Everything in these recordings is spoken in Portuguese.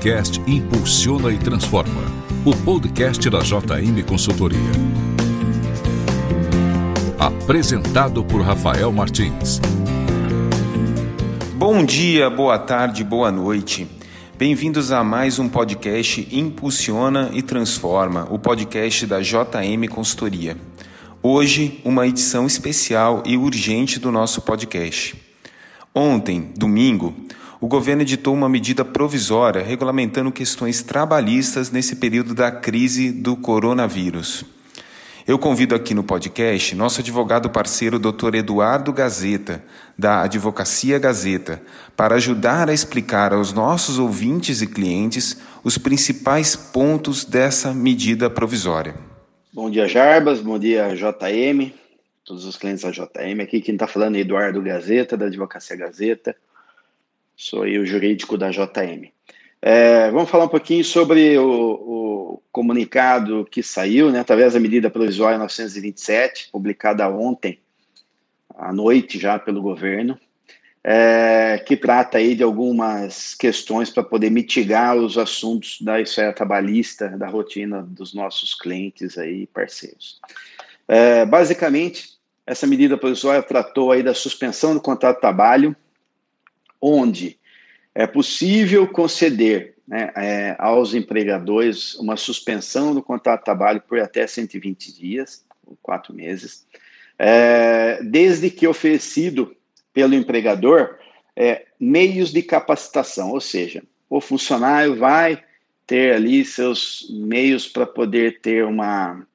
podcast Impulsiona e Transforma, o podcast da JM Consultoria. Apresentado por Rafael Martins. Bom dia, boa tarde, boa noite. Bem-vindos a mais um podcast Impulsiona e Transforma, o podcast da JM Consultoria. Hoje, uma edição especial e urgente do nosso podcast. Ontem, domingo, o governo editou uma medida provisória regulamentando questões trabalhistas nesse período da crise do coronavírus. Eu convido aqui no podcast nosso advogado parceiro Dr. Eduardo Gazeta, da Advocacia Gazeta, para ajudar a explicar aos nossos ouvintes e clientes os principais pontos dessa medida provisória. Bom dia, Jarbas, bom dia, JM, todos os clientes da JM. Aqui quem está falando é Eduardo Gazeta, da Advocacia Gazeta. Sou eu, o jurídico da JM. Vamos falar um pouquinho sobre o comunicado que saiu, né, através da medida provisória 927, publicada ontem à noite já pelo governo, que trata aí de algumas questões para poder mitigar os assuntos da esfera trabalhista, da rotina dos nossos clientes aí, parceiros. Basicamente, essa medida provisória tratou aí da suspensão do contrato de trabalho, onde é possível conceder, né, aos empregadores uma suspensão do contrato de trabalho por até 120 dias, ou 4 meses, desde que oferecido pelo empregador meios de capacitação, ou seja, o funcionário vai ter ali seus meios para poder ter uma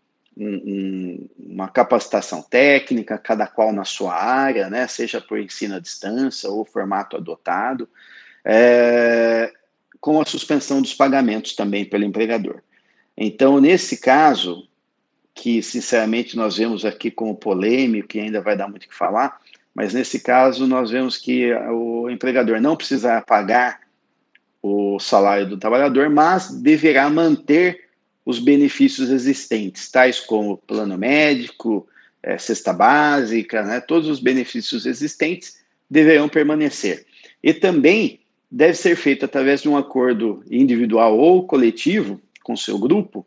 capacitação técnica, cada qual na sua área, né, seja por ensino à distância ou formato adotado, com a suspensão dos pagamentos também pelo empregador. Então, nesse caso, que sinceramente nós vemos aqui como polêmico, que ainda vai dar muito o que falar, mas nesse caso nós vemos que o empregador não precisará pagar o salário do trabalhador, mas deverá manter os benefícios existentes, tais como plano médico, cesta básica, né, todos os benefícios existentes deverão permanecer. E também deve ser feito através de um acordo individual ou coletivo com seu grupo,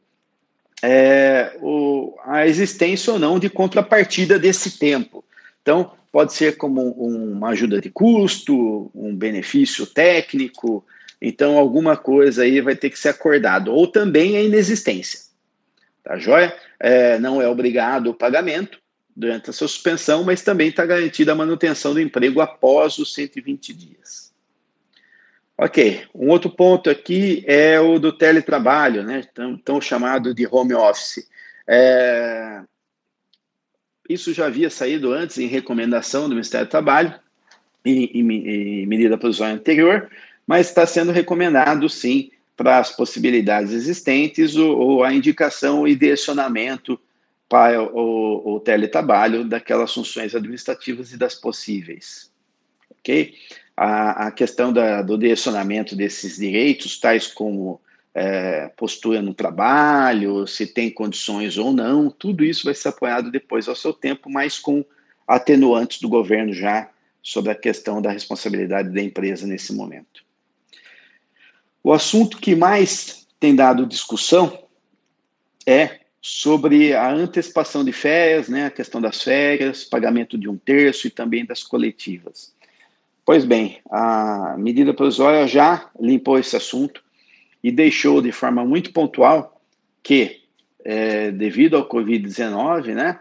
a existência ou não de contrapartida desse tempo. Então, pode ser como uma ajuda de custo, um benefício técnico. Então, alguma coisa aí vai ter que ser acordado. Ou também a inexistência. Tá joia? Não é obrigado o pagamento durante a sua suspensão, mas também está garantida a manutenção do emprego após os 120 dias. Ok. Um outro ponto aqui é o do teletrabalho, né? Tão chamado de home office. Isso já havia saído antes em recomendação do Ministério do Trabalho e medida provisória anterior, mas está sendo recomendado, sim, para as possibilidades existentes ou a indicação e direcionamento para o teletrabalho daquelas funções administrativas e das possíveis. Ok? A questão do direcionamento desses direitos, tais como postura no trabalho, se tem condições ou não, tudo isso vai ser apoiado depois ao seu tempo, mas com atenuantes do governo já sobre a questão da responsabilidade da empresa nesse momento. O assunto que mais tem dado discussão é sobre a antecipação de férias, né, a questão das férias, pagamento de 1/3 e também das coletivas. Pois bem, a medida provisória já limpou esse assunto e deixou de forma muito pontual que, devido ao Covid-19, né,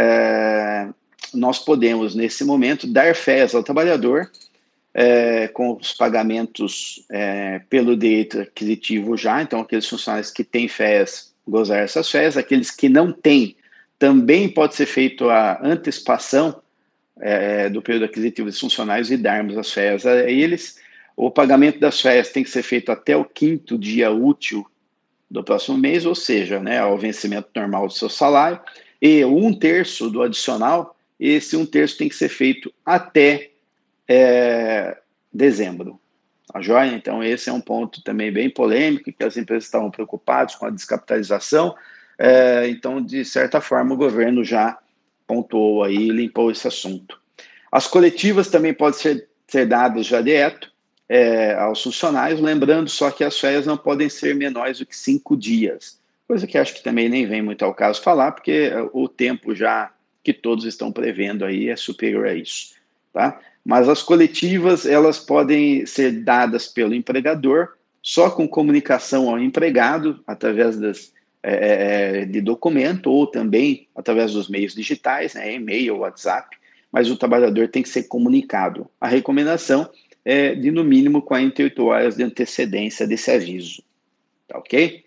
nós podemos, nesse momento, dar férias ao trabalhador, com os pagamentos pelo direito aquisitivo já, então aqueles funcionários que têm férias, gozar essas férias, aqueles que não têm, também pode ser feito a antecipação do período aquisitivo dos funcionários e darmos as férias a eles. O pagamento das férias tem que ser feito até o 5º dia útil do próximo mês, ou seja, né, ao vencimento normal do seu salário, e 1/3 do adicional, esse 1/3 tem que ser feito até dezembro. Tá joia? Então, esse é um ponto também bem polêmico, que as empresas estavam preocupadas com a descapitalização. Então, de certa forma, o governo já pontuou aí e limpou esse assunto. As coletivas também podem ser dadas já direto, aos funcionários, lembrando só que as férias não podem ser menores do que 5 dias, coisa que acho que também nem vem muito ao caso falar, porque o tempo já que todos estão prevendo aí é superior a isso, tá? Mas as coletivas, elas podem ser dadas pelo empregador, só com comunicação ao empregado, através de documento, ou também através dos meios digitais, né, e-mail, WhatsApp, mas o trabalhador tem que ser comunicado. A recomendação é de, no mínimo, 48 horas de antecedência desse aviso, tá ok?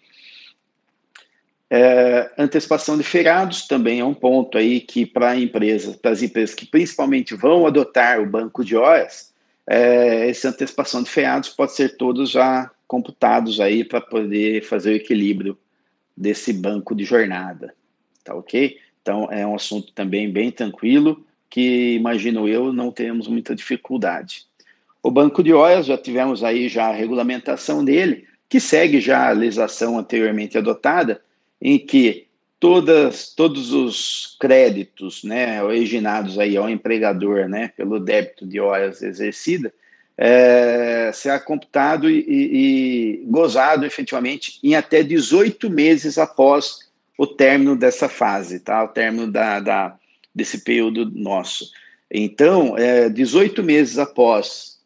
Antecipação de feriados também é um ponto aí que para as empresas que principalmente vão adotar o banco de horas, essa antecipação de feriados pode ser todos já computados aí para poder fazer o equilíbrio desse banco de jornada, tá ok? Então é um assunto também bem tranquilo que, imagino eu, não teremos muita dificuldade. O banco de horas, já tivemos aí já a regulamentação dele, que segue já a legislação anteriormente adotada, em que todos os créditos, né, originados aí ao empregador, né, pelo débito de horas exercida, será computado e gozado efetivamente em até 18 meses após o término dessa fase, tá? O término desse período nosso. Então, 18 meses após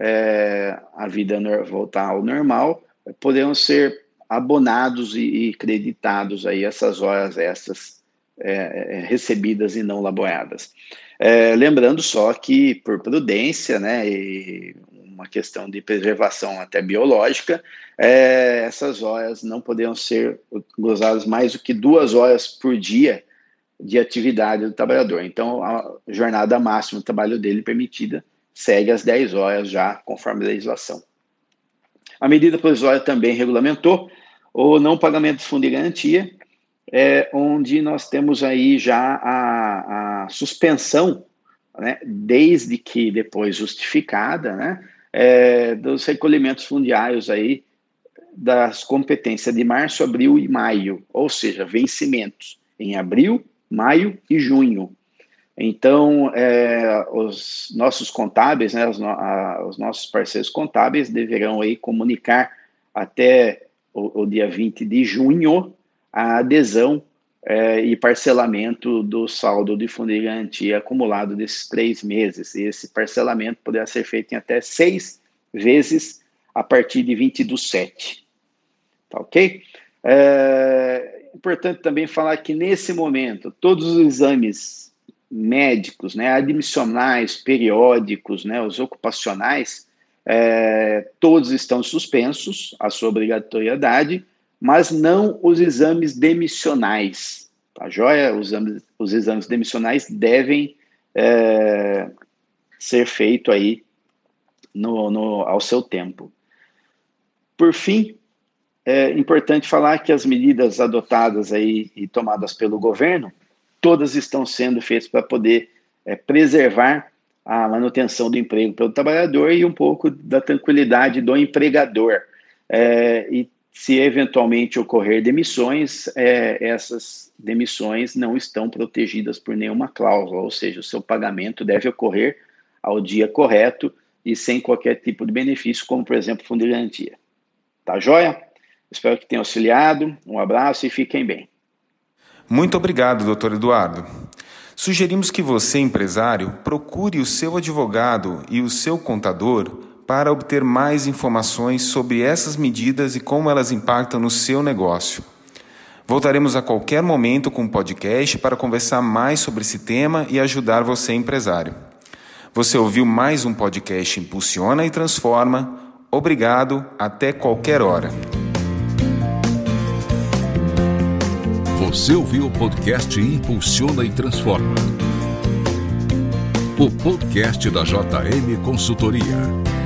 a vida voltar ao normal, poderão ser abonados e creditados aí essas horas extras recebidas e não laboradas. Lembrando só que, por prudência, né, e uma questão de preservação até biológica, essas horas não poderão ser gozadas mais do que 2 horas por dia de atividade do trabalhador. Então, a jornada máxima do trabalho dele permitida segue as 10 horas já, conforme a legislação. A medida provisória também regulamentou o não pagamento de fundo de garantia, onde nós temos aí já a suspensão, né, desde que depois justificada, né, dos recolhimentos fundiários aí das competências de março, abril e maio, ou seja, vencimentos em abril, maio e junho. Então, os nossos contábeis, né, os nossos parceiros contábeis deverão aí comunicar até o dia 20 de junho a adesão e parcelamento do saldo de fundo de garantia acumulado desses 3 meses. E esse parcelamento poderá ser feito em até 6 vezes a partir de 20/7. Tá ok? Importante também falar que, nesse momento, todos os exames médicos, né, admissionais, periódicos, né, os ocupacionais, todos estão suspensos, a sua obrigatoriedade, mas não os exames demissionais, tá joia? Os exames demissionais devem ser feitos aí ao seu tempo. Por fim, é importante falar que as medidas adotadas aí e tomadas pelo governo, todas estão sendo feitas para poder preservar a manutenção do emprego pelo trabalhador e um pouco da tranquilidade do empregador. E se eventualmente ocorrer demissões, essas demissões não estão protegidas por nenhuma cláusula, ou seja, o seu pagamento deve ocorrer ao dia correto e sem qualquer tipo de benefício, como, por exemplo, fundo de garantia. Tá joia? Espero que tenha auxiliado. Um abraço e fiquem bem. Muito obrigado, Dr. Eduardo. Sugerimos que você, empresário, procure o seu advogado e o seu contador para obter mais informações sobre essas medidas e como elas impactam no seu negócio. Voltaremos a qualquer momento com um podcast para conversar mais sobre esse tema e ajudar você, empresário. Você ouviu mais um podcast Impulsiona e Transforma. Obrigado, até qualquer hora. Você ouviu o podcast Impulsiona e Transforma. O podcast da JM Consultoria.